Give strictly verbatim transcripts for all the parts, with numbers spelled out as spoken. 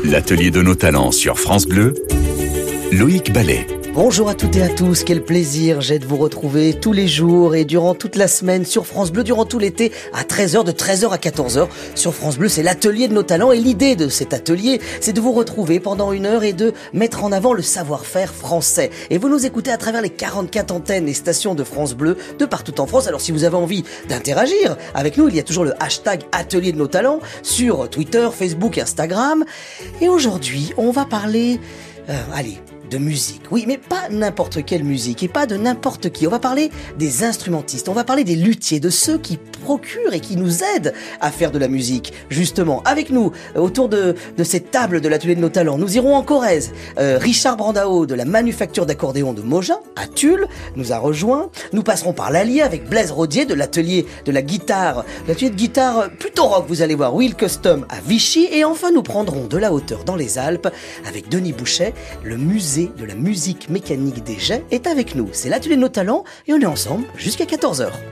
L'atelier de nos talents sur France Bleu, Loïc Ballet. Bonjour à toutes et à tous, quel plaisir j'ai de vous retrouver tous les jours et durant toute la semaine sur France Bleu, durant tout l'été à treize heures, de treize heures à quatorze heures. Sur France Bleu, c'est l'atelier de nos talents et l'idée de cet atelier, c'est de vous retrouver pendant une heure et de mettre en avant le savoir-faire français. Et vous nous écoutez à travers les quarante-quatre antennes et stations de France Bleu de partout en France. Alors si vous avez envie d'interagir avec nous, il y a toujours le hashtag atelier de nos talents sur Twitter, Facebook, Instagram. Et aujourd'hui, on va parler... Euh, allez... de musique, oui, mais pas n'importe quelle musique et pas de n'importe qui. On va parler des instrumentistes, on va parler des luthiers, de ceux qui procurent et qui nous aident à faire de la musique. Justement, avec nous, autour de, de cette table de l'atelier de nos talents, nous irons en Corrèze. Euh, Richard Brandao de la manufacture d'accordéon de Mogin, à Tulle, nous a rejoint. Nous passerons par l'Allier avec Blaise Rodier de l'atelier de la guitare, l'atelier de guitare plutôt rock, vous allez voir, Will Custom à Vichy. Et enfin, nous prendrons de la hauteur dans les Alpes avec Denis Bouchet, le musée de la musique mécanique des Jets est avec nous. C'est l'atelier de nos talents et on est ensemble jusqu'à quatorze heures.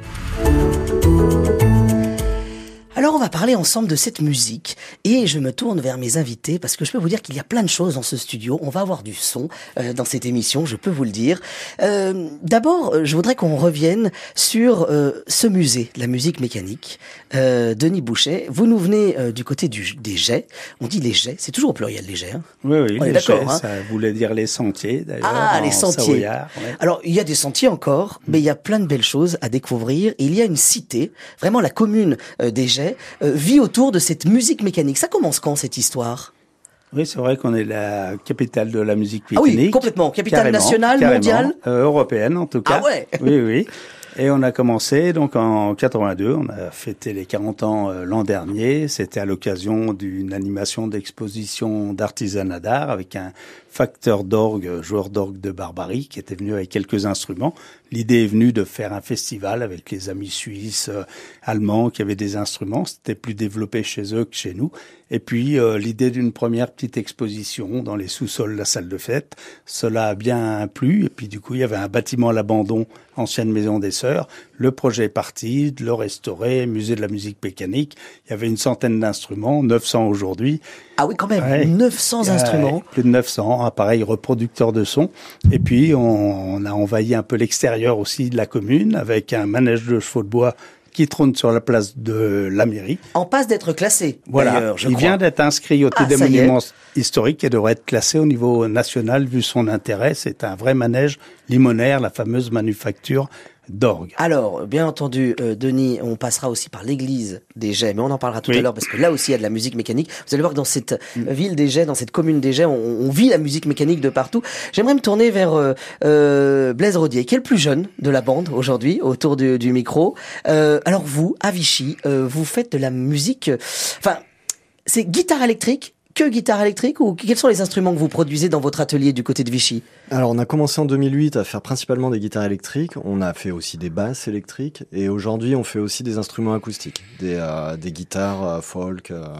Alors on va parler ensemble de cette musique et je me tourne vers mes invités parce que je peux vous dire qu'il y a plein de choses dans ce studio. On va avoir du son euh, dans cette émission, je peux vous le dire. Euh, d'abord, je voudrais qu'on revienne sur euh, ce musée de la musique mécanique. Euh, Denis Bouchet, vous nous venez euh, du côté du, des jets. On dit les jets, c'est toujours au pluriel les jets. Hein. Oui, oui, on les est d'accord. jets, hein. Ça voulait dire les sentiers d'ailleurs. Ah, les sentiers. Savoyard, ouais. Alors, il y a des sentiers encore, mais il y a plein de belles choses à découvrir. Et il y a une cité, vraiment la commune euh, des Jets, euh, vit autour de cette musique mécanique. Ça commence quand, cette histoire ? Oui, c'est vrai qu'on est la capitale de la musique Ah mécanique. oui, complètement. Capitale Carrément, nationale, carrément. mondiale Euh, Européenne en tout cas. Ah ouais. Oui, oui. Et on a commencé donc en quatre-vingt-deux, on a fêté les quarante ans euh, l'an dernier. C'était à l'occasion d'une animation d'exposition d'artisanat d'art avec un facteur d'orgue, joueur d'orgue de Barbarie, qui était venu avec quelques instruments. L'idée est venue de faire un festival avec les amis suisses, euh, allemands qui avaient des instruments. C'était plus développé chez eux que chez nous. Et puis euh, l'idée d'une première petite exposition dans les sous-sols de la salle de fête. Cela a bien plu. Et puis du coup, il y avait un bâtiment à l'abandon, ancienne maison des Sœurs. Le projet est parti, de le restaurer, musée de la musique mécanique. Il y avait une centaine d'instruments, neuf cents aujourd'hui. Ah oui, quand même, ouais. neuf cents Ouais, instruments. Plus de neuf cents appareils reproducteurs de son. Et puis, on, on a envahi un peu l'extérieur aussi de la commune avec un manège de chevaux de bois qui trône sur la place de la mairie. En passe d'être classé, Voilà, d'ailleurs, je il crois. vient d'être inscrit au Ah, T des ça y est. monuments historiques et devrait être classé au niveau national vu son intérêt. C'est un vrai manège limonaire, la fameuse manufacture d'orgue. Alors, bien entendu, euh, Denis, on passera aussi par l'église des Jets, mais on en parlera tout Oui. à l'heure parce que là aussi il y a de la musique mécanique. Vous allez voir que dans cette mm. ville des Jets, dans cette commune des Jets, on, on vit la musique mécanique de partout. J'aimerais me tourner vers euh, euh, Blaise Rodier, qui est le plus jeune de la bande aujourd'hui, autour du, du micro. Euh, alors vous, à Vichy, euh, vous faites de la musique... Enfin, c'est guitare électrique, que guitare électrique, ou quels sont les instruments que vous produisez dans votre atelier du côté de Vichy ? Alors, on a commencé en deux mille huit à faire principalement des guitares électriques. On a fait aussi des basses électriques. Et aujourd'hui, on fait aussi des instruments acoustiques. Des, euh, des guitares euh, folk. Euh,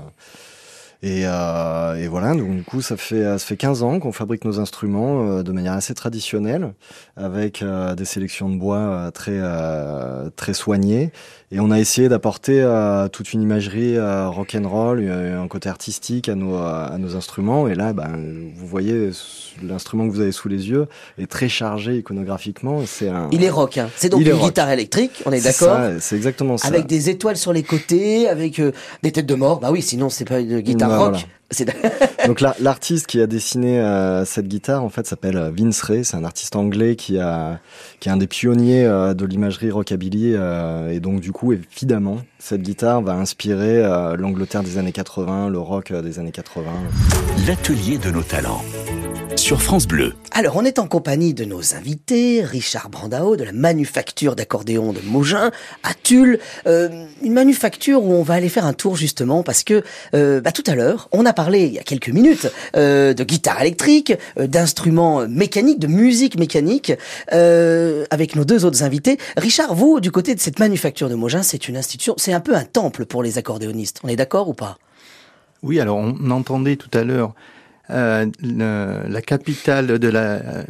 et, euh, et voilà, donc du coup, ça fait, ça fait quinze ans qu'on fabrique nos instruments euh, de manière assez traditionnelle, avec euh, des sélections de bois euh, très, euh, très soignées. Et on a essayé d'apporter euh, toute une imagerie euh, rock'n'roll, un côté artistique à nos, à nos instruments. Et là, ben, vous voyez, l'instrument que vous avez sous les yeux est très chargé iconographiquement. C'est un... Il est rock, hein. C'est donc Il une est rock. guitare électrique, on est C'est d'accord ? ça, c'est exactement ça. Avec des étoiles sur les côtés, avec euh, des têtes de mort. Bah oui, sinon c'est pas une guitare Bah, rock. voilà. C'est... Donc la, l'artiste qui a dessiné euh, cette guitare en fait s'appelle Vince Ray, c'est un artiste anglais qui a qui est un des pionniers euh, de l'imagerie rockabilly euh, et donc du coup évidemment cette guitare va inspirer euh, l'Angleterre des années quatre-vingts, le rock euh, des années quatre-vingts. L'atelier de nos talents sur France Bleu. Alors, on est en compagnie de nos invités, Richard Brandao de la manufacture d'accordéon de Mogin à Tulle, euh, une manufacture où on va aller faire un tour justement parce que euh, bah, tout à l'heure, on a parlé il y a quelques minutes euh, de guitare électrique, euh, d'instruments mécaniques, de musique mécanique euh, avec nos deux autres invités. Richard, vous, du côté de cette manufacture de Mogin, c'est une institution, c'est un peu un temple pour les accordéonistes. On est d'accord ou pas ? Oui, alors on entendait tout à l'heure Euh, le, la capitale de la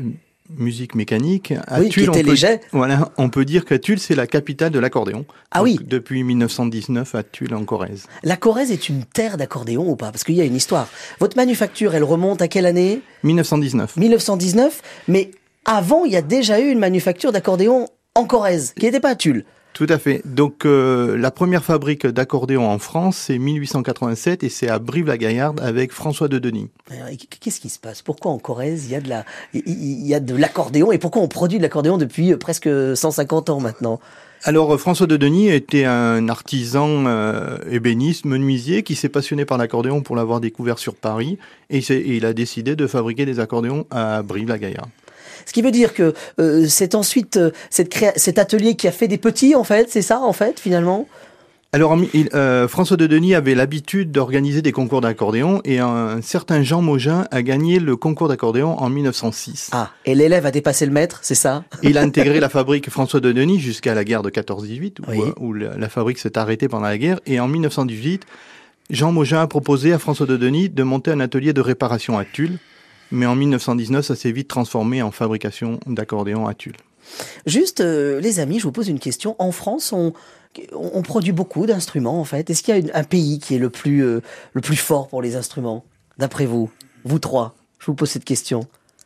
musique mécanique. À oui, Tulle, qui était on peut, léger. Voilà, on peut dire que Tulle, c'est la capitale de l'accordéon. Ah Donc, oui. Depuis mille neuf cent dix-neuf à Tulle, en Corrèze. La Corrèze est une terre d'accordéon ou pas? Parce qu'il y a une histoire. Votre manufacture, elle remonte à quelle année? mille neuf cent dix-neuf. mille neuf cent dix-neuf. Mais avant, il y a déjà eu une manufacture d'accordéon en Corrèze, qui n'était pas à Tulle. Tout à fait. Donc, euh, la première fabrique d'accordéon en France, c'est mille huit cent quatre-vingt-sept et c'est à Brive-la-Gaillarde avec François de Denis. Alors, qu'est-ce qui se passe? Pourquoi en Corrèze, il y a de la, il y a de l'accordéon et pourquoi on produit de l'accordéon depuis presque cent cinquante ans maintenant? Alors, François de Denis était un artisan euh, ébéniste, menuisier, qui s'est passionné par l'accordéon pour l'avoir découvert sur Paris et, et il a décidé de fabriquer des accordéons à Brive-la-Gaillarde. Ce qui veut dire que euh, c'est ensuite euh, cette créa- cet atelier qui a fait des petits, en fait, c'est ça, en fait, finalement? Alors, il, euh, François de Denis avait l'habitude d'organiser des concours d'accordéon et un certain Jean Mogin a gagné le concours d'accordéon en mille neuf cent six. Ah, et l'élève a dépassé le maître, c'est ça? Il a intégré la fabrique François de Denis jusqu'à la guerre de quatorze dix-huit, où, Oui. euh, où la, la fabrique s'est arrêtée pendant la guerre. Et en mille neuf cent dix-huit, Jean Mogin a proposé à François de Denis de monter un atelier de réparation à Tulle. Mais en mille neuf cent dix-neuf, ça s'est vite transformé en fabrication d'accordéons à Tulle. Juste, euh, les amis, je vous pose une question. En France, on, on produit beaucoup d'instruments, en fait. Est-ce qu'il y a une- un pays qui est le plus, euh, le plus fort pour les instruments, d'après vous? Vous trois, je vous pose cette question.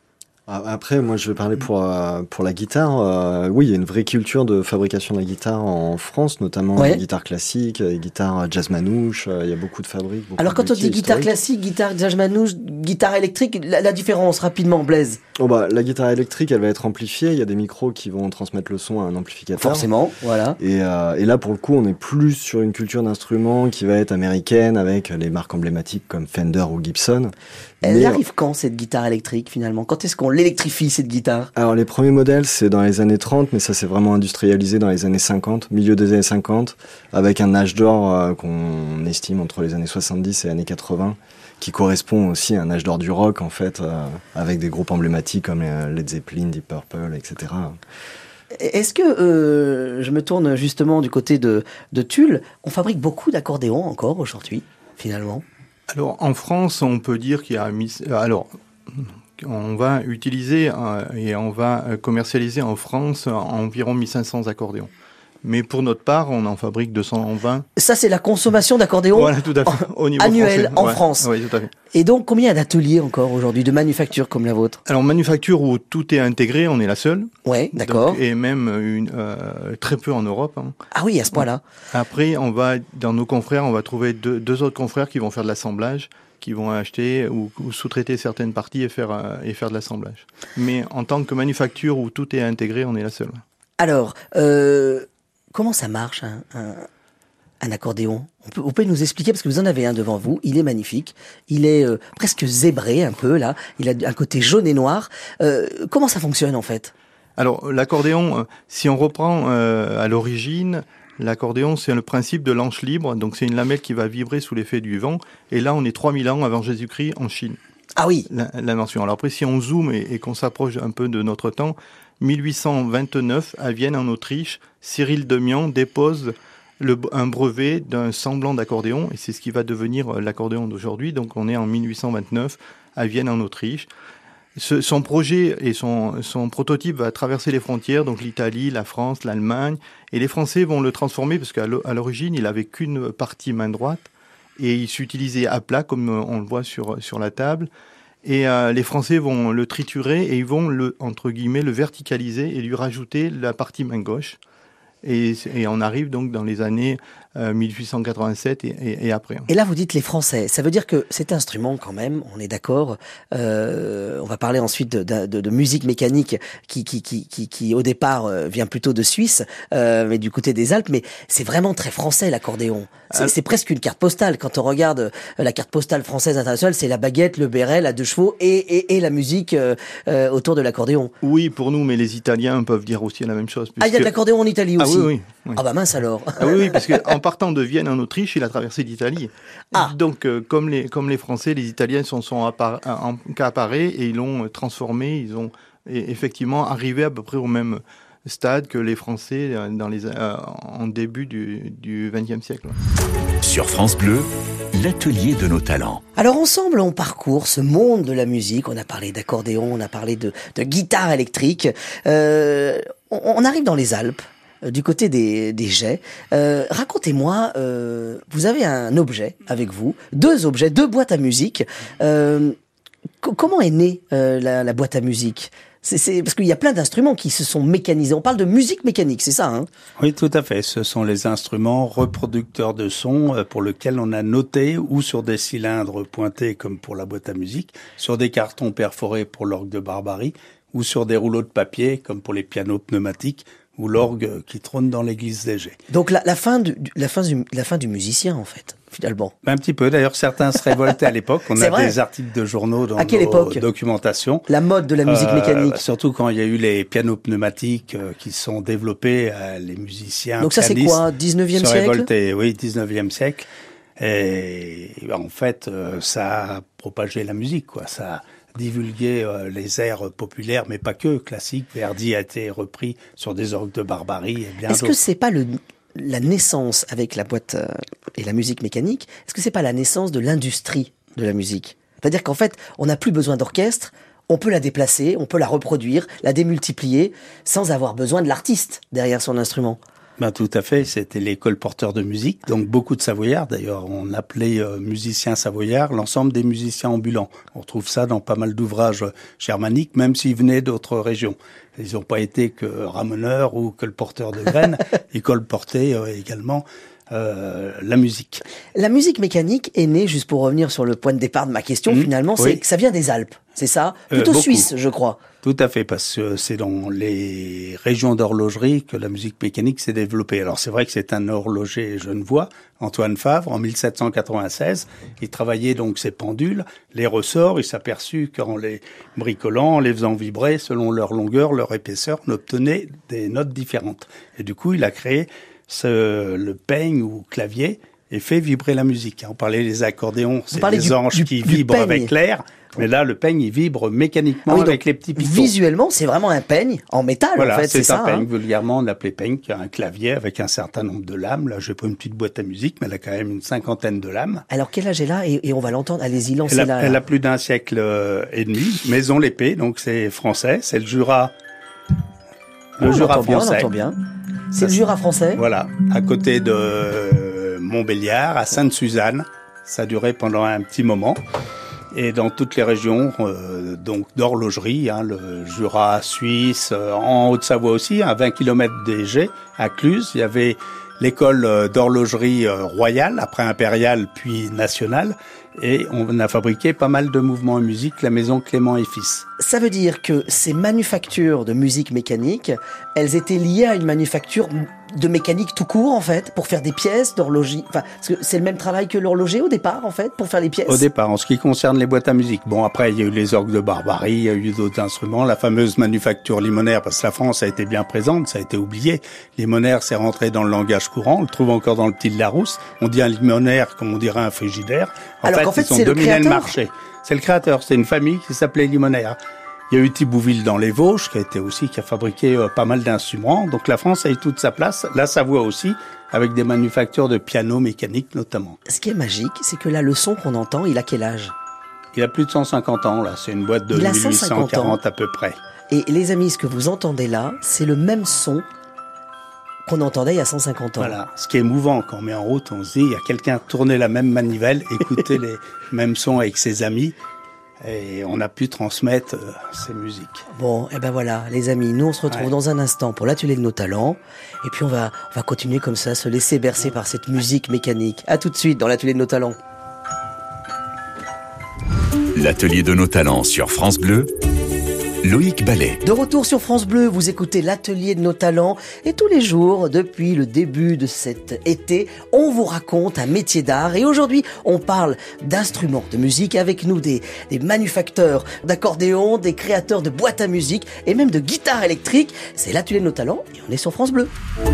Après, moi, je vais parler pour euh, pour la guitare. Euh, oui, il y a une vraie culture de fabrication de la guitare en France, notamment Ouais. les guitares classiques, les guitares jazz manouche. euh, Il y a beaucoup de fabriques. beaucoup Alors, quand on d'outils dit guitare historiques. classique, guitare jazz manouche, guitare électrique, la, la différence, rapidement, Blaise? Oh bah, la guitare électrique, elle va être amplifiée. Il y a des micros qui vont transmettre le son à un amplificateur. Forcément, voilà. Et, euh, et là, pour le coup, on est plus sur une culture d'instruments qui va être américaine, avec les marques emblématiques comme Fender ou Gibson. Elle Mais- arrive quand, cette guitare électrique, finalement? Quand est-ce qu'on l'électrifie, cette guitare? Alors les premiers modèles, c'est dans les années trente, mais ça s'est vraiment industrialisé dans les années cinquante, milieu des années cinquante, avec un âge d'or euh, qu'on estime entre les années soixante-dix et les années quatre-vingts, qui correspond aussi à un âge d'or du rock, en fait, euh, avec des groupes emblématiques comme euh, Led Zeppelin, Deep Purple, et cetera. Est-ce que, euh, je me tourne justement du côté de, de Tulle, on fabrique beaucoup d'accordéons encore aujourd'hui, finalement? Alors, en France, on peut dire qu'il y a... mis- Alors, on va utiliser euh, et on va euh, commercialiser en France environ mille cinq cents accordéons. Mais pour notre part, on en fabrique deux cent vingt. Ça, c'est la consommation d'accordéons Voilà, tout à fait. Au niveau annuel français. en Ouais, France. Oui, tout à fait. Et donc, combien il y a d'ateliers encore aujourd'hui, de manufactures comme la vôtre? Alors, manufacture où tout est intégré, on est la seule. Ouais, d'accord. Donc, et même une, euh, très peu en Europe. Hein. Ah oui, à ce point-là. Après, on va, dans nos confrères, on va trouver deux, deux autres confrères qui vont faire de l'assemblage, qui vont acheter ou, ou sous-traiter certaines parties et faire, euh, et faire de l'assemblage. Mais en tant que manufacture où tout est intégré, on est la seule. Alors, euh, comment ça marche, un, un, un accordéon? on peut, Vous pouvez nous expliquer, parce que vous en avez un devant vous, il est magnifique, il est euh, presque zébré un peu, là, il a un côté jaune et noir. Euh, comment ça fonctionne, en fait? Alors, l'accordéon, euh, si on reprend euh, à l'origine, l'accordéon, c'est le principe de l'anche libre. Donc, c'est une lamelle qui va vibrer sous l'effet du vent. Et là, on est trois mille ans avant Jésus-Christ en Chine. Ah oui. L'invention. Alors après, si on zoome et, et qu'on s'approche un peu de notre temps, mille huit cent vingt-neuf, à Vienne, en Autriche, Cyril Demian dépose le, un brevet d'un semblant d'accordéon. Et c'est ce qui va devenir l'accordéon d'aujourd'hui. Donc, on est en mille huit cent vingt-neuf, à Vienne, en Autriche. Ce, son projet et son, son prototype va traverser les frontières, donc l'Italie, la France, l'Allemagne, et les Français vont le transformer parce qu'à l'origine, il avait qu'une partie main droite et il s'utilisait à plat, comme on le voit sur, sur la table. Et euh, les Français vont le triturer et ils vont le, entre guillemets, le verticaliser et lui rajouter la partie main gauche. Et, et on arrive donc dans les années euh, mille huit cent quatre-vingt-sept et, et, et après. Et là, vous dites les Français. Ça veut dire que cet instrument, quand même, on est d'accord. Euh, on va parler ensuite de, de, de musique mécanique qui, qui, qui, qui, qui, au départ, euh, vient plutôt de Suisse, euh, mais du côté des Alpes. Mais c'est vraiment très français, l'accordéon. C'est, c'est presque une carte postale. Quand on regarde euh, la carte postale française internationale, c'est la baguette, le béret, la deux chevaux et, et, et la musique euh, euh, autour de l'accordéon. Oui, pour nous, mais les Italiens peuvent dire aussi la même chose. Ah, il y a de l'accordéon en Italie aussi. Ah oui, oui. oui. Ah bah mince alors. Ah oui, oui, parce qu'en partant de Vienne en Autriche, il a traversé l'Italie. Ah. Donc, euh, comme, les, comme les Français, les Italiens sont, sont accaparés et ils l'ont transformé, ils ont effectivement arrivé à peu près au même, stade que les Français dans les, euh, en début du, du vingtième siècle. Sur France Bleu, l'atelier de nos talents. Alors ensemble, on parcourt ce monde de la musique. On a parlé d'accordéon, on a parlé de, de guitare électrique. Euh, on, on arrive dans les Alpes, euh, du côté des, des Jets. Euh, racontez-moi, euh, vous avez un objet avec vous, deux objets, deux boîtes à musique. Euh, c- comment est née euh, la, la boîte à musique ? C'est, c'est parce qu'il y a plein d'instruments qui se sont mécanisés. On parle de musique mécanique, c'est ça, hein ? Oui, tout à fait. Ce sont les instruments reproducteurs de son euh, pour lesquels on a noté ou sur des cylindres pointés comme pour la boîte à musique, sur des cartons perforés pour l'orgue de Barbarie ou sur des rouleaux de papier comme pour les pianos pneumatiques ou l'orgue qui trône dans l'église des Jets. Donc la, la fin du, la fin du, la fin du musicien, en fait, finalement. Un petit peu. D'ailleurs, certains se révoltaient à l'époque. On C'est a vrai. des articles de journaux dans À quelle nos époque documentations. La mode de la musique Euh, mécanique. Surtout quand il y a eu les pianos pneumatiques euh, qui sont développés, euh, les musiciens. Donc ça, c'est pianistes quoi, dix-neuvième se siècle ? révoltaient, oui, dix-neuvième siècle. Et en fait, euh, ça a propagé la musique, quoi. Ça a divulgué euh, les airs populaires, mais pas que, classiques. Verdi a été repris sur des orgues de Barbarie et bien Est-ce d'autres. que c'est pas le, la naissance avec la boîte euh, et la musique mécanique, est-ce que c'est pas la naissance de l'industrie de la musique ? C'est-à-dire qu'en fait, on n'a plus besoin d'orchestre, on peut la déplacer, on peut la reproduire, la démultiplier, sans avoir besoin de l'artiste derrière son instrument. Ben, tout à fait, c'était les colporteurs de musique, donc beaucoup de savoyards. D'ailleurs, on appelait euh, musiciens savoyards l'ensemble des musiciens ambulants. On retrouve ça dans pas mal d'ouvrages germaniques, même s'ils venaient d'autres régions. Ils n'ont pas été que ramoneurs ou colporteurs de graines, ils colportaient euh, également euh, la musique. La musique mécanique est née, juste pour revenir sur le point de départ de ma question, Mmh, finalement, oui. c'est que ça vient des Alpes, c'est ça ? Euh, Plutôt beaucoup. suisse, je crois. Tout à fait, parce que c'est dans les régions d'horlogerie que la musique mécanique s'est développée. Alors c'est vrai que c'est un horloger genevois, Antoine Favre, en mille sept cent quatre-vingt-seize. Il travaillait donc ces pendules, les ressorts. Il s'aperçut qu'en les bricolant, en les faisant vibrer selon leur longueur, leur épaisseur, on obtenait des notes différentes. Et du coup, il a créé ce, le peigne ou clavier et fait vibrer la musique. On parlait des accordéons, c'est parlez des du- anges du- qui du vibrent peigne. avec l'air. Mais là, le peigne, il vibre mécaniquement Ah oui, donc, avec les petits pitons. Visuellement, c'est vraiment un peigne en métal, Voilà, en fait, c'est, c'est un ça. peigne. hein. Vulgairement, on l'appelait peigne, qui a un clavier avec un certain nombre de lames. Là, j'ai pas une petite boîte à musique, mais elle a quand même une cinquantaine de lames. Alors, quel âge est là et, et on va l'entendre. Allez-y, lancez Elle a, là. elle a plus d'un siècle euh, et demi. Maison l'épée, donc c'est français, c'est le Jura, le on Jura entend bien, on français. entend bien. C'est Ça, le Jura français. Voilà, à côté de euh, Montbéliard, à Sainte-Suzanne. Ça a duré pendant un petit moment. Et dans toutes les régions, euh, donc d'horlogerie, hein, le Jura suisse, euh, en Haute-Savoie aussi, à vingt kilomètres des Jets, à Cluse, il y avait l'école euh, d'horlogerie euh, royale, après impériale puis nationale, et on a fabriqué pas mal de mouvements en musique, la maison Clément et Fils. Ça veut dire que ces manufactures de musique mécanique, elles étaient liées à une manufacture de mécanique tout court, en fait, pour faire des pièces d'horlogerie. Enfin, parce que c'est le même travail que l'horloger au départ, en fait, pour faire les pièces. Au départ, en ce qui concerne les boîtes à musique. Bon, après, il y a eu les orgues de Barbarie, il y a eu d'autres instruments, la fameuse manufacture limonaire, parce que la France a été bien présente, ça a été oublié. Limonaire, c'est rentré dans le langage courant, on le trouve encore dans le petit de Larousse. On dit un limonaire comme on dirait un frigidaire. En Alors fait, qu'en fait, ils ont c'est le dominé le créateur. marché. C'est le créateur, c'est une famille qui s'appelait Limonaire. Il y a eu Thibouville dans les Vosges, qui a été aussi, qui a fabriqué euh, pas mal d'instruments. Donc la France a eu toute sa place, la Savoie aussi, avec des manufactures de pianos mécaniques notamment. Ce qui est magique, c'est que là, le son qu'on entend, il a quel âge ? Il a plus de cent cinquante ans, là. C'est une boîte de Il a mille huit cent cent cinquante quarante à peu près. Et les amis, ce que vous entendez là, c'est le même son qu'on entendait il y a cent cinquante ans. Voilà. Ce qui est émouvant quand on met en route, on se dit, il y a quelqu'un tourner la même manivelle, écouter les mêmes sons avec ses amis. Et on a pu transmettre euh, ces musiques. Bon, et ben voilà, les amis, nous on se retrouve Ouais. dans un instant pour l'atelier de nos talents. Et puis on va, on va continuer comme ça, se laisser bercer par cette musique mécanique. À tout de suite dans l'atelier de nos talents. L'atelier de nos talents sur France Bleu, Loïc Ballet. De retour sur France Bleu, vous écoutez l'atelier de nos talents et tous les jours, depuis le début de cet été, on vous raconte un métier d'art et aujourd'hui, on parle d'instruments de musique avec nous des, des manufacteurs d'accordéons, des créateurs de boîtes à musique et même de guitares électriques. C'est l'atelier de nos talents et on est sur France Bleu.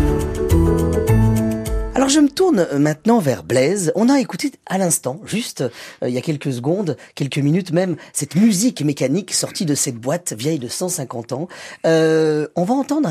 Alors je me tourne maintenant vers Blaise. On a écouté à l'instant, juste euh, il y a quelques secondes, quelques minutes même, cette musique mécanique sortie de cette boîte vieille de cent cinquante ans. Euh, on va entendre un,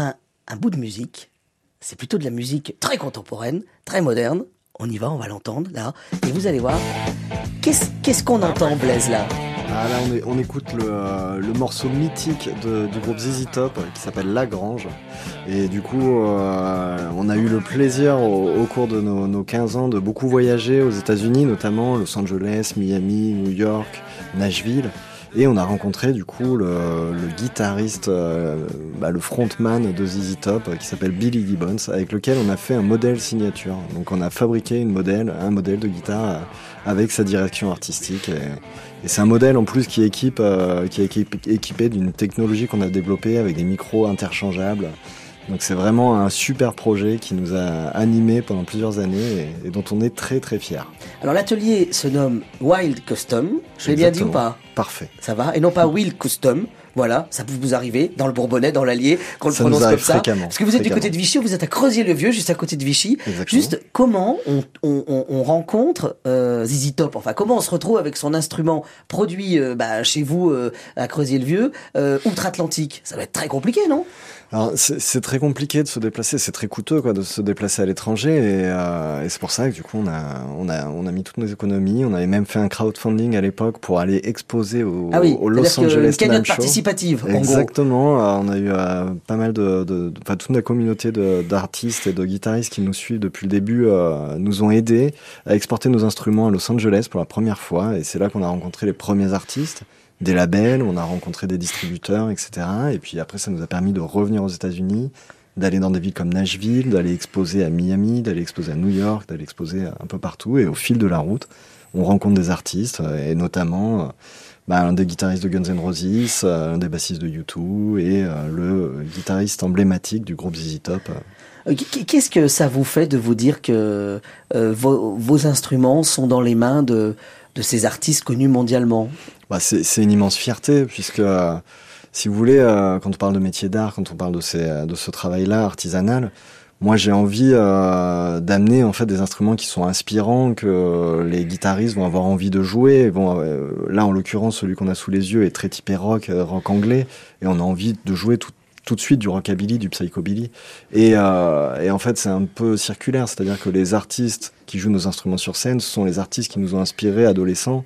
un bout de musique. C'est plutôt de la musique très contemporaine, très moderne. On y va, on va l'entendre là. Et vous allez voir, qu'est-ce, qu'est-ce qu'on entend, Blaise, là ? Ah là, on, est, on écoute le, euh, le morceau mythique de, du groupe Z Z Top euh, qui s'appelle La Grange. Et du coup, euh, on a eu le plaisir au, au cours de nos, nos quinze ans de beaucoup voyager aux États-Unis, notamment Los Angeles, Miami, New York, Nashville. Et on a rencontré du coup le, le guitariste, euh, bah, le frontman de Z Z Top euh, qui s'appelle Billy Gibbons, avec lequel on a fait un modèle signature. Donc on a fabriqué une modèle, un modèle de guitare euh, avec sa direction artistique. Et, et c'est un modèle en plus qui, équipe, euh, qui est équipe, équipé d'une technologie qu'on a développée avec des micros interchangeables. Donc c'est vraiment un super projet qui nous a animés pendant plusieurs années et, et dont on est très très fiers. Alors l'atelier se nomme Wild Custom, je l'ai bien dit ou pas ? Parfait. Ça va ? Et non pas Wild Custom, voilà, ça peut vous arriver, dans le Bourbonnais, dans l'Allier, qu'on le Ça prononce nous comme arrive ça. fréquemment, Parce que vous êtes fréquemment. du côté de Vichy, vous êtes à Creuzier-le-Vieux, juste à côté de Vichy. Exactement. Juste comment on, on, on, on rencontre euh, Z Z Top, enfin comment on se retrouve avec son instrument produit euh, bah, chez vous euh, à Creuzier-le-Vieux, euh, outre-Atlantique. Ça doit être très compliqué, non ? Alors c'est, c'est très compliqué de se déplacer, c'est très coûteux quoi de se déplacer à l'étranger et, euh, et c'est pour ça que du coup on a on a on a mis toutes nos économies, on avait même fait un crowdfunding à l'époque pour aller exposer au, Ah oui, au Los c'est-à-dire que Angeles une cagnotte Slam Show. participative, en gros. Exactement, euh, on a eu euh, pas mal de, de, de enfin toute la communauté de, d'artistes et de guitaristes qui nous suivent depuis le début euh, nous ont aidés à exporter nos instruments à Los Angeles pour la première fois et c'est là qu'on a rencontré les premiers artistes. Des labels, on a rencontré des distributeurs, et cetera. Et puis après, ça nous a permis de revenir aux États-Unis, d'aller dans des villes comme Nashville, d'aller exposer à Miami, d'aller exposer à New York, d'aller exposer un peu partout. Et au fil de la route, on rencontre des artistes, et notamment bah, un des guitaristes de Guns N' Roses, un des bassistes de U deux et euh, le guitariste emblématique du groupe Z Z Top. Qu'est-ce que ça vous fait de vous dire que euh, vos, vos instruments sont dans les mains de, de ces artistes connus mondialement ? Bah, c'est, c'est une immense fierté, puisque, euh, si vous voulez, euh, quand on parle de métier d'art, quand on parle de, ces, de ce travail-là artisanal, moi j'ai envie euh, d'amener en fait des instruments qui sont inspirants, que les guitaristes vont avoir envie de jouer. Bon, euh, là en l'occurrence, celui qu'on a sous les yeux est très typé rock, euh, rock anglais, et on a envie de jouer tout tout de suite du rockabilly, du psychobilly. Et, euh, et en fait, c'est un peu circulaire, c'est-à-dire que les artistes qui jouent nos instruments sur scène, ce sont les artistes qui nous ont inspirés adolescents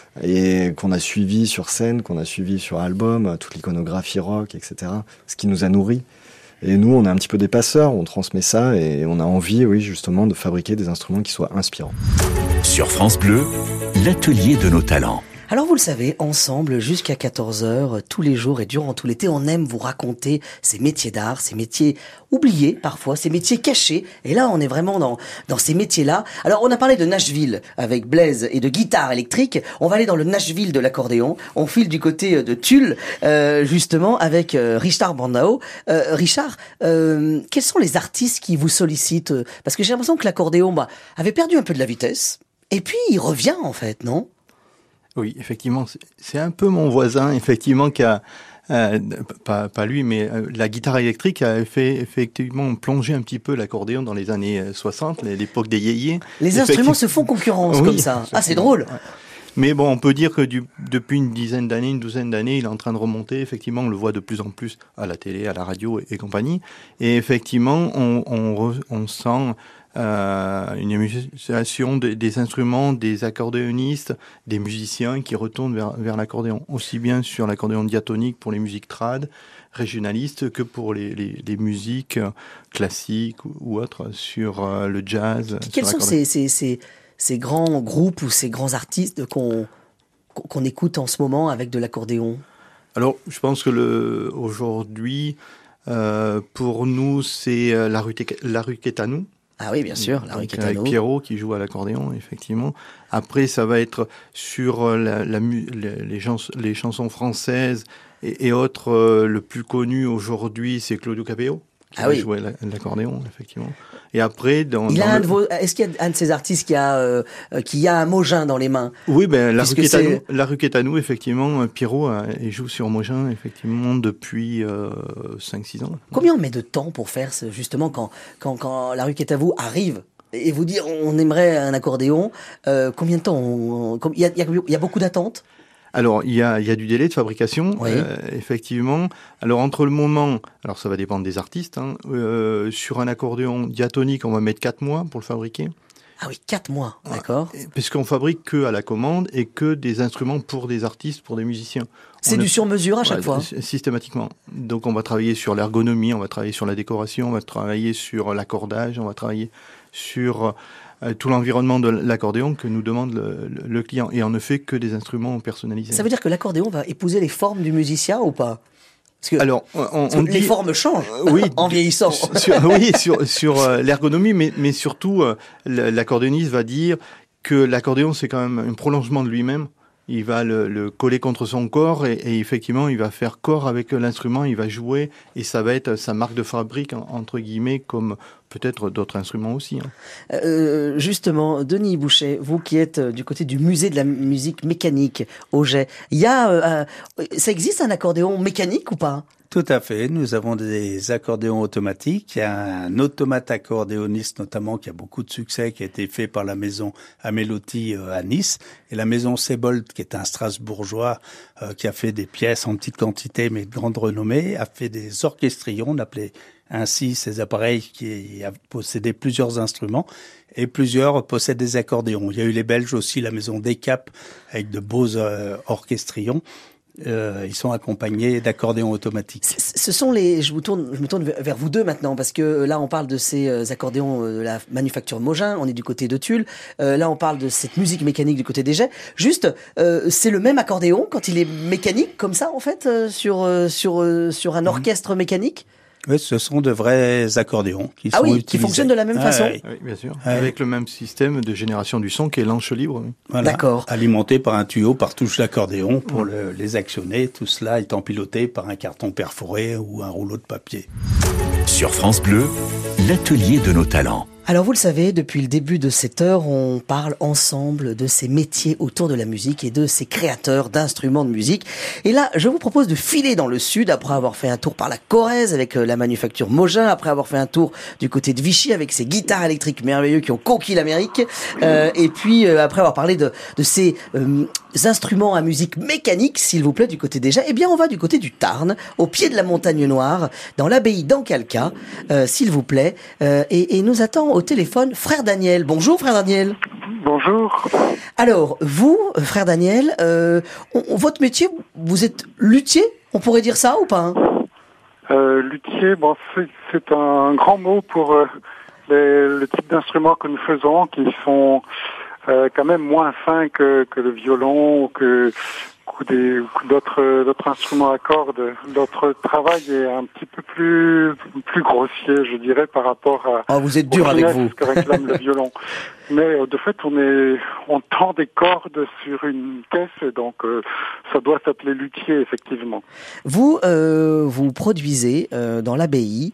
et qu'on a suivis sur scène, qu'on a suivis sur album, toute l'iconographie rock, et cetera. Ce qui nous a nourris. Et nous, on est un petit peu des passeurs, on transmet ça et on a envie, oui, justement, de fabriquer des instruments qui soient inspirants. Sur France Bleu, l'atelier de nos talents. Alors vous le savez, ensemble, jusqu'à quatorze heures, tous les jours et durant tout l'été, on aime vous raconter ces métiers d'art, ces métiers oubliés parfois, ces métiers cachés. Et là, on est vraiment dans, dans ces métiers-là. Alors on a parlé de Nashville avec Blaise et de guitare électrique. On va aller dans le Nashville de l'accordéon. On file du côté de Tulle, euh, justement, avec euh, Richard Brandao. Euh, Richard, euh, quels sont les artistes qui vous sollicitent ? Parce que j'ai l'impression que l'accordéon bah, avait perdu un peu de la vitesse. Et puis, il revient en fait, non ? Oui, effectivement, c'est un peu mon voisin, effectivement, qui a, euh, pas, pas lui, mais euh, la guitare électrique a fait effectivement plonger un petit peu l'accordéon dans les années soixante, l'époque des yéyés. Les instruments se font concurrence, oui, comme ça. Ah, c'est drôle. Ouais. Mais bon, on peut dire que du, depuis une dizaine d'années, une douzaine d'années, il est en train de remonter. Effectivement, on le voit de plus en plus à la télé, à la radio et, et compagnie. Et effectivement, on, on, re, on sent euh, une émulation de, des instruments, des accordéonistes, des musiciens qui retournent vers, vers l'accordéon. Aussi bien sur l'accordéon diatonique pour les musiques trad, régionalistes, que pour les, les, les musiques classiques ou, ou autres, sur euh, le jazz. Quels sont ces... ces, ces... ces grands groupes ou ces grands artistes qu'on qu'on écoute en ce moment avec de l'accordéon? Alors, je pense que le aujourd'hui, euh, pour nous, c'est la rue la rue Quétanou. Ah oui, bien sûr, la rue Quétanou. Avec Pierrot qui joue à l'accordéon, effectivement. Après, ça va être sur la, la, les, les, chans les chansons françaises et, et autres. Euh, le plus connu aujourd'hui, c'est Claudio Capéo. Qui ah oui. jouait l'accordéon, effectivement. Et après, dans, il dans a un le... de vos... Est-ce qu'il y a un de ces artistes qui a euh, qui a un Mogin dans les mains? Oui, ben la rue Quétanou, la rue Quétanou, effectivement, Pierrot a, il joue sur Mogin, effectivement, depuis euh, cinq six ans. Combien on met de temps pour faire ce, justement quand quand quand la rue Quétanou arrive et vous dire on aimerait un accordéon, euh, combien de temps? Il y a, y, a, y a beaucoup d'attentes? Alors, il y a, il y a du délai de fabrication, Oui. euh, effectivement. Alors, entre le moment, alors ça va dépendre des artistes, hein, euh, sur un accordéon diatonique, on va mettre quatre mois pour le fabriquer. Ah oui, quatre mois, d'accord. Puisqu'on fabrique que à la commande et que des instruments pour des artistes, pour des musiciens. C'est On du a- sur-mesure à chaque Ouais, fois. sy- Systématiquement. Donc on va travailler sur l'ergonomie, on va travailler sur la décoration, on va travailler sur l'accordage, on va travailler sur euh, tout l'environnement de l'accordéon que nous demande le, le- le client. Et on ne fait que des instruments personnalisés. Ça veut dire que l'accordéon va épouser les formes du musicien ou pas? Parce que, Alors, on, parce que on les dit- formes changent Euh, oui, en vieillissant. sur- sur- oui, sur, sur euh, l'ergonomie, mais, mais surtout, euh, l- l'accordéoniste va dire que l'accordéon, c'est quand même un prolongement de lui-même. Il va le, le coller contre son corps et, et effectivement, il va faire corps avec l'instrument, il va jouer et ça va être sa marque de fabrique, en- entre guillemets, comme peut-être d'autres instruments aussi. Hein. Euh, justement, Denis Bouchet, vous qui êtes euh, du côté du musée de la musique mécanique au Jet, il y a, euh, euh, ça existe un accordéon mécanique ou pas? Tout à fait. Nous avons des accordéons automatiques. Il y a un automate accordéoniste notamment qui a beaucoup de succès, qui a été fait par la maison Amelotti euh, à Nice, et la maison Sebold, qui est un Strasbourgeois euh, qui a fait des pièces en petite quantité mais de grande renommée, a fait des orchestrions, on appelait ainsi ces appareils qui a possédé plusieurs instruments, et plusieurs possèdent des accordéons. Il y a eu les Belges aussi, la maison Decap, avec de beaux euh, orchestrions. Euh, ils sont accompagnés d'accordéons automatiques. C- Ce sont les, je vous tourne, je me tourne vers vous deux maintenant parce que là on parle de ces euh, accordéons euh, de la manufacture Mogin, on est du côté de Tulle. Euh, là on parle de cette musique mécanique du côté des Jets. Juste, euh, c'est le même accordéon quand il est mécanique comme ça en fait euh, sur euh, sur euh, sur un orchestre mécanique. Oui, ce sont de vrais accordéons qui Ah sont oui, qui utilisés. fonctionnent de la même Ah, façon. oui. Oui, bien sûr. Ouais. Avec le même système de génération du son qui est l'anche libre. Oui. Voilà. D'accord. Alimenté par un tuyau par touche d'accordéon pour le- les actionner, tout cela étant piloté par un carton perforé ou un rouleau de papier. Sur France Bleu, l'atelier de nos talents. Alors vous le savez, depuis le début de cette heure, on parle ensemble de ces métiers autour de la musique et de ces créateurs d'instruments de musique. Et là, je vous propose de filer dans le sud, après avoir fait un tour par la Corrèze avec euh, la manufacture Mogin, après avoir fait un tour du côté de Vichy avec ces guitares électriques merveilleuses qui ont conquis l'Amérique, euh, et puis euh, après avoir parlé de, de ces euh, instruments à musique mécanique, s'il vous plaît, du côté déjà, eh bien on va du côté du Tarn, au pied de la montagne Noire, dans l'abbaye d'Ancalca, euh, s'il vous plaît, euh, et, et nous attend au téléphone frère Daniel. Bonjour frère Daniel. Bonjour. Alors, vous, euh, frère Daniel, euh, on- on- votre métier, vous êtes luthier, on pourrait dire ça ou pas hein? Euh, luthier, bon, c'est, c'est un grand mot pour euh, les- le type d'instruments que nous faisons, qui sont euh, quand même moins fins que, que le violon ou que, que des, que d'autres, d'autres instruments à cordes. Notre travail est un petit peu plus, plus grossier, je dirais, par rapport à Oh, vous êtes aux dur avec finesses vous. que réclame le violon. Mais euh, de fait, on est, on tend des cordes sur une caisse, et donc euh, ça doit s'appeler luthier, effectivement. Vous, euh, vous produisez euh, dans l'abbaye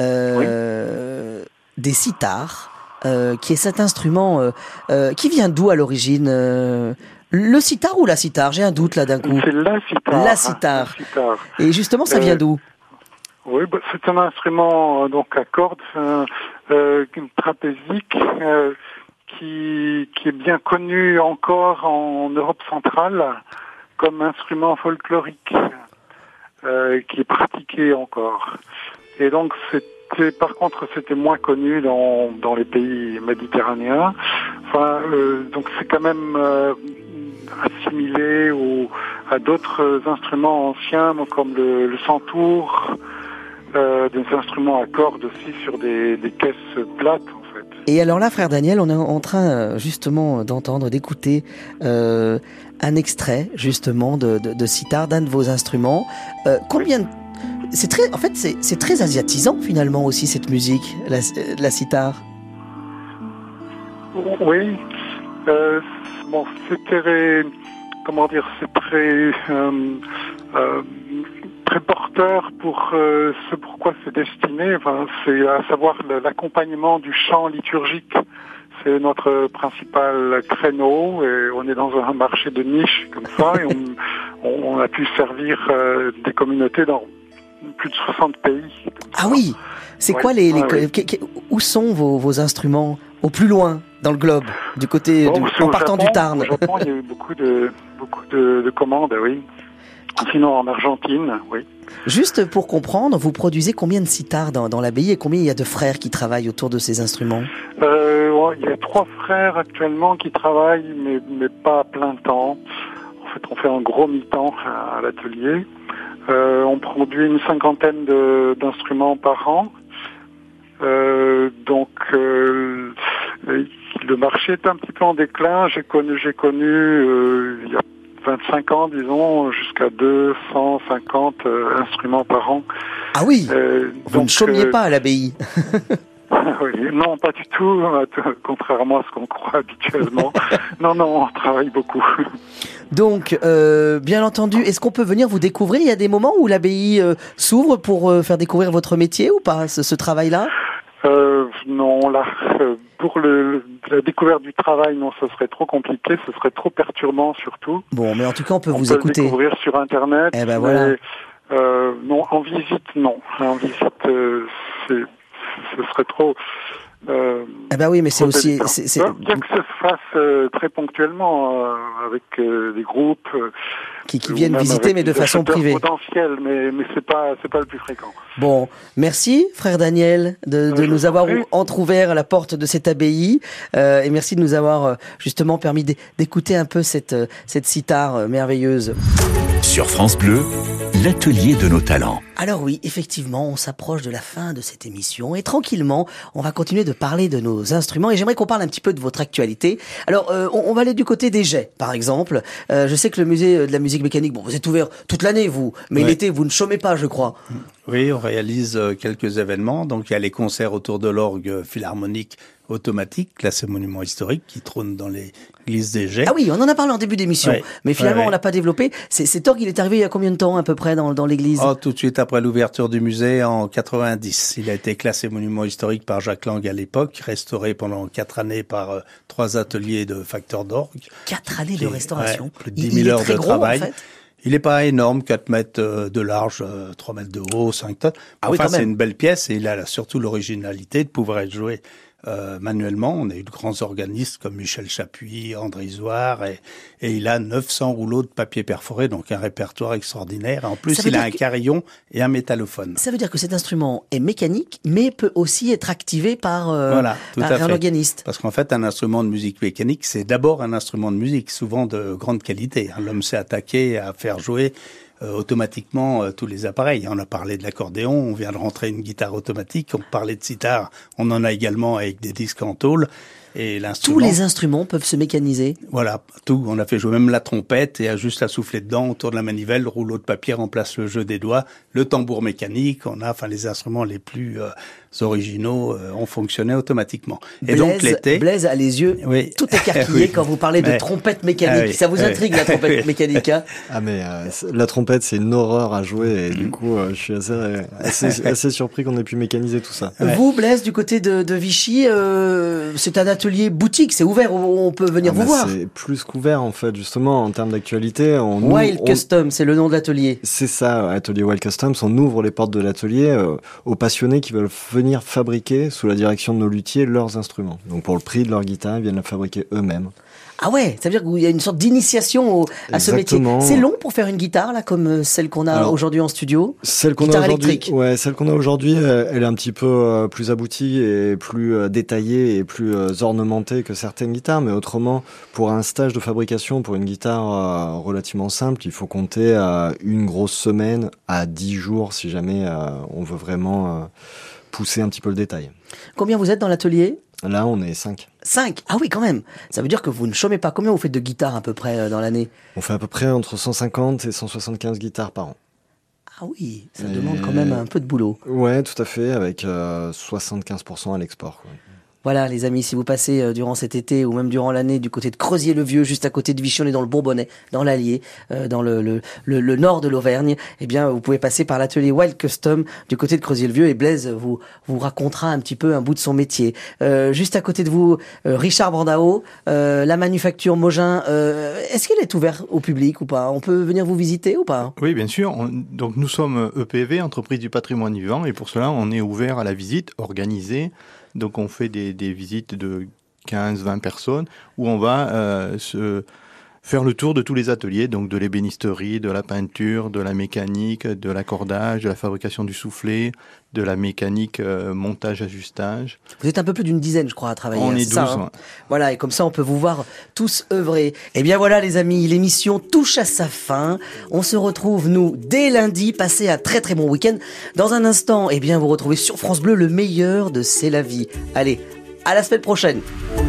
euh, des sitars, euh, qui est cet instrument euh, euh, qui vient d'où à l'origine euh, le sitar ou la sitar? J'ai un doute là d'un coup. C'est la sitar. La sitar. La sitar. Et justement, ça Euh, vient d'où? Oui, bah, c'est un instrument euh, donc à cordes, euh, euh, trapézique, euh, qui, qui est bien connu encore en Europe centrale comme instrument folklorique, euh, qui est pratiqué encore. Et donc c'était, par contre, c'était moins connu dans dans les pays méditerranéens. Enfin, euh, donc c'est quand même euh, assimilé au, à d'autres instruments anciens, comme le, le santour. Euh, des instruments à cordes aussi sur des, des caisses plates en fait. Et alors là, frère Daniel, on est en train euh, justement d'entendre, d'écouter euh, un extrait justement de, de, de sitar, d'un de vos instruments. Euh, combien de... C'est très, en fait, c'est, c'est très asiatisant finalement aussi cette musique, la, la sitar. Oui, euh, bon, c'est très, comment dire, c'est très, euh, euh, très porteur pour euh, ce pourquoi c'est destiné. Enfin, c'est à savoir l'accompagnement du chant liturgique. C'est notre principal créneau et on est dans un marché de niche comme ça et on, on a pu servir euh, des communautés dans plus de soixante pays. Ah oui, c'est Ouais. quoi les, les Ah oui. que- que- où sont vos, vos instruments au plus loin dans le globe, du côté Bon, du, c'est en au partant Japon. du Tarn? Au Japon, il y a eu beaucoup de beaucoup de, de commandes, oui. Sinon, en Argentine, oui. Juste pour comprendre, vous produisez combien de sitars dans, dans l'abbaye et combien il y a de frères qui travaillent autour de ces instruments? euh, ouais, Il y a trois frères actuellement qui travaillent, mais, mais pas à plein temps. En fait, on fait un gros mi-temps à, à l'atelier. Euh, on produit une cinquantaine de, d'instruments par an. Euh, donc, euh, le marché est un petit peu en déclin. J'ai connu, j'ai connu euh, il y a vingt-cinq ans, disons, jusqu'à deux cent cinquante euh, instruments par an. Ah oui, euh, vous donc, ne chômiez euh, pas à l'abbaye. Oui, non, pas du tout, contrairement à ce qu'on croit habituellement. non, non, on travaille beaucoup. Donc, euh, bien entendu, est-ce qu'on peut venir vous découvrir? Il y a des moments où l'abbaye euh, s'ouvre pour euh, faire découvrir votre métier ou pas, ce, ce travail-là? euh, Non, là, pour le, la découverte du travail, non, ce serait trop compliqué, ce serait trop perturbant surtout. Bon, mais en tout cas, on peut on vous peut écouter. le découvrir sur Internet. Eh ben voilà. Mais, euh, non, en visite, non. En visite, euh, c'est... ce serait trop... Euh, eh ben oui, mais c'est aussi... délicat. C'est, c'est... Bien que ça se fasse euh, très ponctuellement, euh, avec euh, des groupes... Euh, qui, qui viennent visiter, mais de façon privée. Potentiel, mais, mais c'est pas, c'est pas le plus fréquent. Bon, merci, frère Daniel, de, de euh, nous avoir prie. entrouvert la porte de cette abbaye, euh, et merci de nous avoir euh, justement permis d'écouter un peu cette, cette sitar euh, merveilleuse. Sur France Bleu, l'atelier de nos talents. Alors oui, effectivement, on s'approche de la fin de cette émission et tranquillement, on va continuer de parler de nos instruments et j'aimerais qu'on parle un petit peu de votre actualité. Alors, euh, on, on va aller du côté des jets, par exemple. Euh, je sais que le musée de la musique mécanique, bon, vous êtes ouvert toute l'année, vous, mais ouais. l'été, vous ne chômez pas, je crois. Oui, on réalise quelques événements. Donc, il y a les concerts autour de l'orgue philharmonique automatique, classé monument historique, qui trône dans l'église des Jets. Ah oui, on en a parlé en début d'émission, ouais. mais finalement, ouais, ouais. on l'a pas développé. C'est, cet orgue, il est arrivé il y a combien de temps, à peu près, dans, dans l'église? Oh, tout de suite après l'ouverture du musée en quatre-vingt-dix. Il a été classé monument historique par Jacques Lang à l'époque, restauré pendant quatre années par euh, trois ateliers de facteurs d'orgue. Quatre années de restauration. Ouais, plus de dix il, mille il heures est très de gros, travail. En fait. Il n'est pas énorme, quatre mètres de large, trois mètres de haut, cinq tonnes. Ah oui, enfin, quand même. c'est une belle pièce et il a surtout l'originalité de pouvoir être joué euh, manuellement. On a eu de grands organistes comme Michel Chapuis, André Isoire et, et il a neuf cents rouleaux de papier perforé, donc un répertoire extraordinaire. En plus, il a un que... carillon et un métallophone. Ça veut dire que cet instrument est mécanique, mais peut aussi être activé par, euh, voilà, tout par à un fait. organiste. Parce qu'en fait, un instrument de musique mécanique, c'est d'abord un instrument de musique, souvent de grande qualité. L'homme s'est attaqué à faire jouer Euh, automatiquement euh, tous les appareils. On a parlé de l'accordéon, on vient de rentrer une guitare automatique, on parlait de sitar, on en a également avec des disques en tôle. Et l'instrument, tous les instruments peuvent se mécaniser. Voilà, tout. On a fait jouer même la trompette et a juste à souffler dedans autour de la manivelle. Le rouleau de papier remplace le jeu des doigts. Le tambour mécanique, on a, enfin, les instruments les plus euh, originaux euh, ont fonctionné automatiquement. Et Blaise, donc l'été, Blaise a les yeux oui. tout écarquillés oui. quand vous parlez de mais, trompette mécanique. Ah oui, ça vous oui. intrigue la trompette oui. mécanique, hein? Ah mais euh, la trompette c'est une horreur à jouer et du coup euh, je suis assez, assez, assez surpris qu'on ait pu mécaniser tout ça. Ouais. Vous, Blaise, du côté de, de Vichy, euh, c'est un atelier boutique, c'est ouvert, on peut venir ah vous voir. C'est plus qu'ouvert en fait, justement en termes d'actualité. On Wild on... Custom, c'est le nom de l'atelier. C'est ça, atelier Wild Customs. On ouvre les portes de l'atelier euh, aux passionnés qui veulent venir fabriquer sous la direction de nos luthiers leurs instruments. Donc pour le prix de leur guitare, ils viennent la fabriquer eux-mêmes. Ah ouais, ça veut dire qu'il y a une sorte d'initiation au, à ce métier. C'est long pour faire une guitare là, comme celle qu'on a Alors, aujourd'hui en studio. Celle qu'on guitare a aujourd'hui, électrique. ouais, celle qu'on a aujourd'hui, elle est un petit peu euh, plus aboutie et plus euh, détaillée et plus euh, ornementée que certaines guitares. Mais autrement, pour un stage de fabrication pour une guitare euh, relativement simple, il faut compter à une grosse semaine à dix jours si jamais euh, on veut vraiment euh, pousser un petit peu le détail. Combien vous êtes dans l'atelier ? Là, on est cinq. cinq ? Ah oui, quand même. Ça veut dire que vous ne chômez pas. Combien vous faites de guitares à peu près euh, dans l'année ? On fait à peu près entre cent cinquante et cent soixante-quinze guitares par an. Ah oui, ça et... demande quand même un peu de boulot. Ouais, tout à fait, avec euh, soixante-quinze pour cent à l'export, quoi. Voilà, les amis, si vous passez euh, durant cet été ou même durant l'année du côté de Creuzier-le-Vieux, juste à côté de Vichy, on est dans le Bourbonnais, dans l'Allier, euh, dans le, le, le, le nord de l'Auvergne, eh bien, vous pouvez passer par l'atelier Wild Custom du côté de Creuzier-le-Vieux et Blaise vous, vous racontera un petit peu un bout de son métier. Euh, juste à côté de vous, euh, Richard Brandao, euh, la manufacture Mogin, euh, est-ce qu'elle est ouverte au public ou pas ? On peut venir vous visiter ou pas ? Oui, bien sûr. On, donc nous sommes E P V, Entreprise du patrimoine vivant, et pour cela, on est ouvert à la visite, organisée. Donc on fait des, des visites de quinze à vingt personnes où on va euh, se, faire le tour de tous les ateliers, donc de l'ébénisterie, de la peinture, de la mécanique, de l'accordage, de la fabrication du soufflet, de la mécanique euh, montage-ajustage. Vous êtes un peu plus d'une dizaine, je crois, à travailler. On hein, est ça, douze. hein. Ouais. Voilà, et comme ça, on peut vous voir tous œuvrer. Eh bien voilà, les amis, l'émission touche à sa fin. On se retrouve, nous, dès lundi. Passez un très très bon week-end. Dans un instant, eh bien, vous retrouvez sur France Bleu le meilleur de C'est la vie. Allez, à la semaine prochaine.